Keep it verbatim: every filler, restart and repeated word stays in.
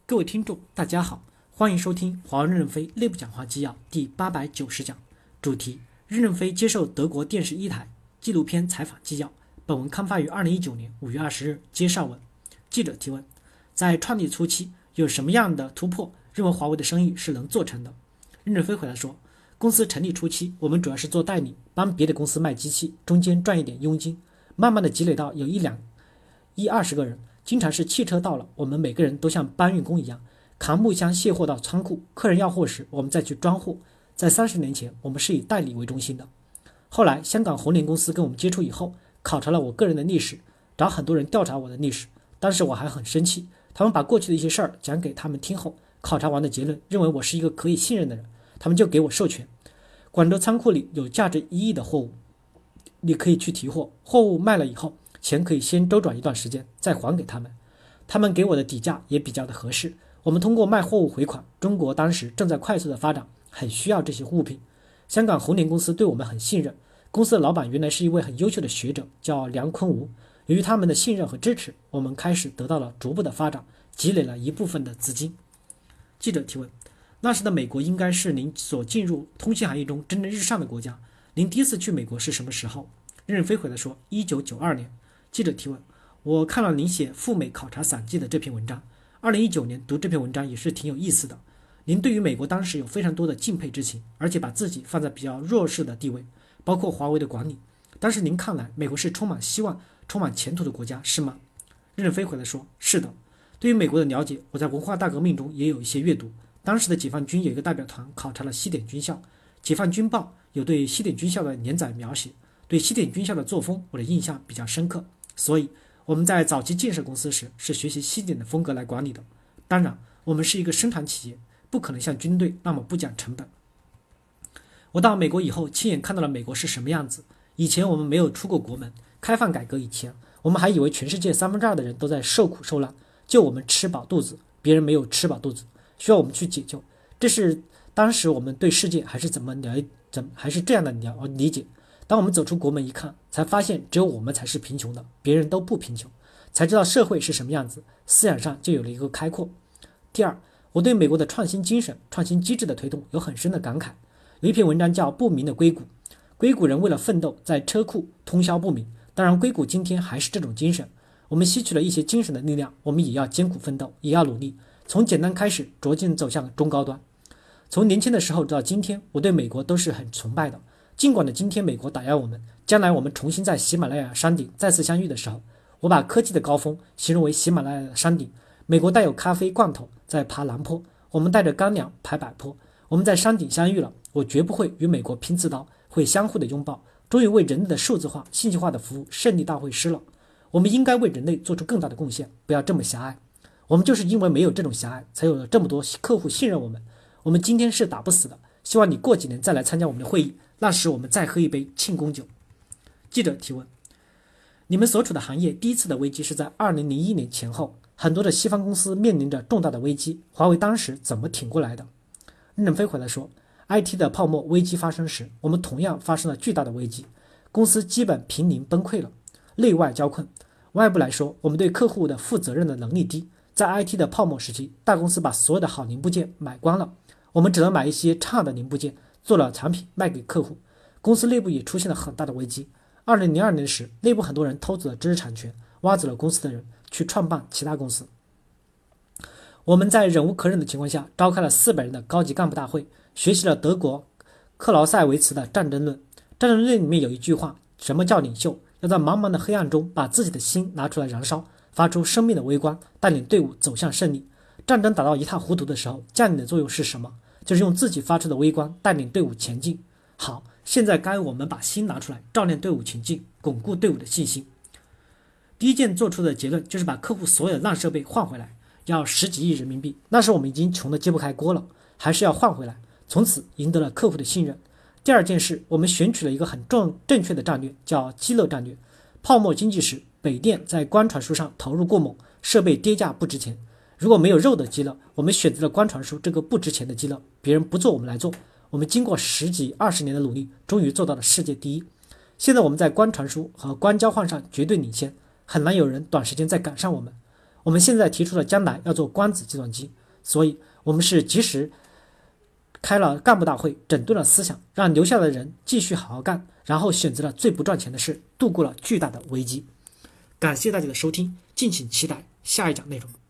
各位听众，大家好，欢迎收听华为任正非内部讲话纪要第八百九十讲，主题：任正非接受德国电视一台纪录片采访纪要。本文刊发于二零一九年五月二十日，接上文。记者提问：在创立初期，有什么样的突破，认为华为的生意是能做成的？任正非回答说：公司成立初期，我们主要是做代理，帮别的公司卖机器，中间赚一点佣金，慢慢的积累到有一两一二十个人。经常是汽车到了，我们每个人都像搬运工一样，扛木箱卸货到仓库，客人要货时，我们再去装货。在三十年前，我们是以代理为中心的。后来，香港红联公司跟我们接触以后，考察了我个人的历史，找很多人调查我的历史。当时我还很生气，他们把过去的一些事儿讲给他们听后，考察完的结论认为我是一个可以信任的人，他们就给我授权。广州仓库里有价值一亿的货物，你可以去提货，货物卖了以后，钱可以先周转一段时间，再还给他们。他们给我的底价也比较的合适。我们通过卖货物回款。中国当时正在快速的发展，很需要这些物品。香港红联公司对我们很信任。公司的老板原来是一位很优秀的学者，叫梁坤吴。由于他们的信任和支持，我们开始得到了逐步的发展，积累了一部分的资金。记者提问：那时的美国应该是您所进入通信行业中蒸蒸日上的国家，您第一次去美国是什么时候？任正非回答说：一九九二年。记者提问：我看了您写赴美考察散记的这篇文章，二零一九年读这篇文章也是挺有意思的。您对于美国当时有非常多的敬佩之情，而且把自己放在比较弱势的地位，包括华为的管理。当时您看来，美国是充满希望、充满前途的国家，是吗？任正非回答说：是的。对于美国的了解，我在文化大革命中也有一些阅读。当时的解放军有一个代表团考察了西点军校，解放军报有对西点军校的连载描写，对西点军校的作风我的印象比较深刻。所以我们在早期建设公司时是学习西点的风格来管理的。当然，我们是一个生产企业，不可能像军队那么不讲成本。我到美国以后，亲眼看到了美国是什么样子。以前我们没有出过国门，开放改革以前，我们还以为全世界三分之二的人都在受苦受难，就我们吃饱肚子，别人没有吃饱肚子，需要我们去解救。这是当时我们对世界还是怎么了怎还是这样的了理解。当我们走出国门一看，才发现只有我们才是贫穷的，别人都不贫穷，才知道社会是什么样子，思想上就有了一个开阔。第二，我对美国的创新精神、创新机制的推动有很深的感慨。有一篇文章叫《不明的硅谷》，硅谷人为了奋斗，在车库通宵不明。当然，硅谷今天还是这种精神。我们吸取了一些精神的力量，我们也要艰苦奋斗，也要努力，从简单开始，逐渐走向中高端。从年轻的时候到今天，我对美国都是很崇拜的。尽管的今天美国打压我们，将来我们重新在喜马拉雅山顶再次相遇的时候，我把科技的高峰形容为喜马拉雅的山顶。美国带有咖啡罐头在爬南坡，我们带着干粮爬柏坡。我们在山顶相遇了，我绝不会与美国拼刺刀，会相互的拥抱，终于为人类的数字化、信息化的服务胜利大会师了。我们应该为人类做出更大的贡献，不要这么狭隘。我们就是因为没有这种狭隘，才有了这么多客户信任我们。我们今天是打不死的，希望你过几年再来参加我们的会议，那时我们再喝一杯庆功酒。记者提问：你们所处的行业第一次的危机是在二零零一年前后，很多的西方公司面临着重大的危机，华为当时怎么挺过来的？任正非回来说 I T 的泡沫危机发生时，我们同样发生了巨大的危机，公司基本濒临崩溃了，内外交困。外部来说，我们对客户的负责任的能力低，在 I T 的泡沫时期，大公司把所有的好零部件买光了，我们只能买一些差的零部件，做了产品卖给客户。公司内部也出现了很大的危机。二零零二年时，内部很多人偷走了知识产权，挖走了公司的人，去创办其他公司。我们在忍无可忍的情况下，召开了四百人的高级干部大会，学习了德国克劳塞维茨的战争论。战争论里面有一句话：什么叫领袖？要在茫茫的黑暗中把自己的心拿出来燃烧，发出生命的微光，带领队伍走向胜利。战争打到一塌糊涂的时候，将领的作用是什么？就是用自己发出的微光带领队伍前进。好，现在该我们把心拿出来，照亮队伍前进，巩固队伍的信心。第一件做出的结论就是把客户所有的烂设备换回来，要十几亿人民币。那时我们已经穷得揭不开锅了，还是要换回来，从此赢得了客户的信任。第二件事，我们选取了一个很正正确的战略，叫鸡肋战略。泡沫经济时，北电在光传输上投入过猛，设备跌价不值钱。如果没有肉的鸡肋，我们选择了光传输这个不值钱的鸡肋，别人不做我们来做。我们经过十几二十年的努力，终于做到了世界第一。现在我们在光传输和光交换上绝对领先，很难有人短时间再赶上我们。 我们现在提出了将来要做光子计算机，所以我们是及时开了干部大会，整顿了思想，让留下的人继续好好干，然后选择了最不赚钱的事，度过了巨大的危机。感谢大家的收听，敬请期待下一讲内容。